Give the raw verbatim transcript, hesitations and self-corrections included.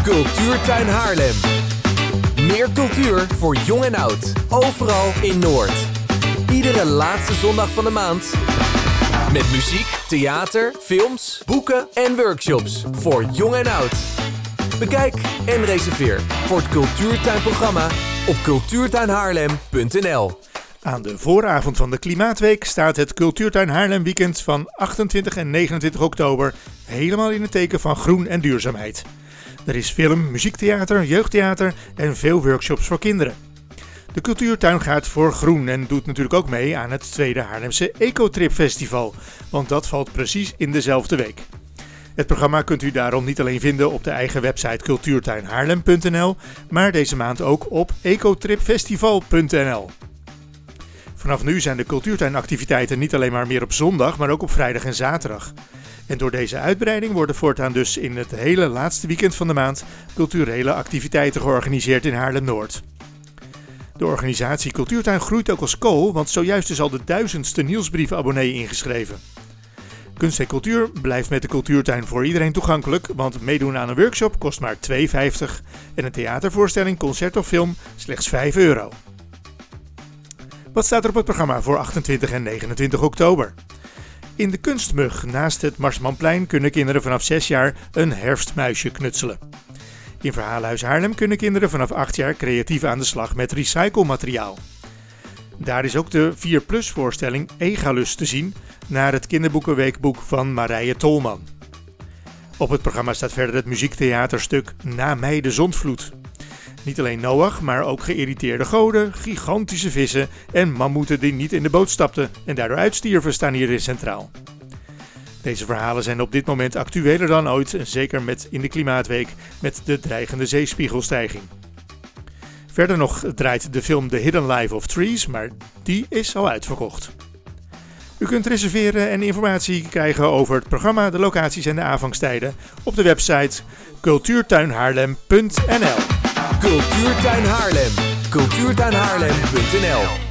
Cultuurtuin Haarlem. Meer cultuur voor jong en oud. Overal in Noord. Iedere laatste zondag van de maand. Met muziek, theater, films, boeken en workshops. Voor jong en oud. Bekijk en reserveer voor het Cultuurtuinprogramma op cultuurtuin haarlem punt n l. Aan de vooravond van de Klimaatweek staat het Cultuurtuin Haarlem weekend van achtentwintig en negenentwintig oktober helemaal in het teken van groen en duurzaamheid. Er is film, muziektheater, jeugdtheater en veel workshops voor kinderen. De Cultuurtuin gaat voor groen en doet natuurlijk ook mee aan het tweede Haarlemse Ecotrip Festival, want dat valt precies in dezelfde week. Het programma kunt u daarom niet alleen vinden op de eigen website cultuurtuin haarlem punt n l, maar deze maand ook op ecotripfestival punt n l. Vanaf nu zijn de cultuurtuinactiviteiten niet alleen maar meer op zondag, maar ook op vrijdag en zaterdag. En door deze uitbreiding worden voortaan dus in het hele laatste weekend van de maand culturele activiteiten georganiseerd in Haarlem-Noord. De organisatie Cultuurtuin groeit ook als kool, want zojuist is al de duizendste nieuwsbrief-abonnee ingeschreven. Kunst en cultuur blijft met de Cultuurtuin voor iedereen toegankelijk, want meedoen aan een workshop kost maar twee euro vijftig en een theatervoorstelling, concert of film slechts vijf euro. Wat staat er op het programma voor achtentwintig en negenentwintig oktober? In de Kunstmug naast het Marsmanplein kunnen kinderen vanaf zes jaar een herfstmuisje knutselen. In Verhalenhuis Haarlem kunnen kinderen vanaf acht jaar creatief aan de slag met recyclemateriaal. Daar is ook de vier plus voorstelling Egalus te zien, naar het kinderboekenweekboek van Marije Tolman. Op het programma staat verder het muziektheaterstuk Na mij de zondvloed. Niet alleen Noach, maar ook geïrriteerde goden, gigantische vissen en mammoeten die niet in de boot stapten en daardoor uitstierven staan hierin centraal. Deze verhalen zijn op dit moment actueler dan ooit, zeker met in de Klimaatweek met de dreigende zeespiegelstijging. Verder nog draait de film The Hidden Life of Trees, maar die is al uitverkocht. U kunt reserveren en informatie krijgen over het programma, de locaties en de aanvangstijden op de website cultuurtuin haarlem punt n l. Cultuurtuin Haarlem. cultuurtuin haarlem punt n l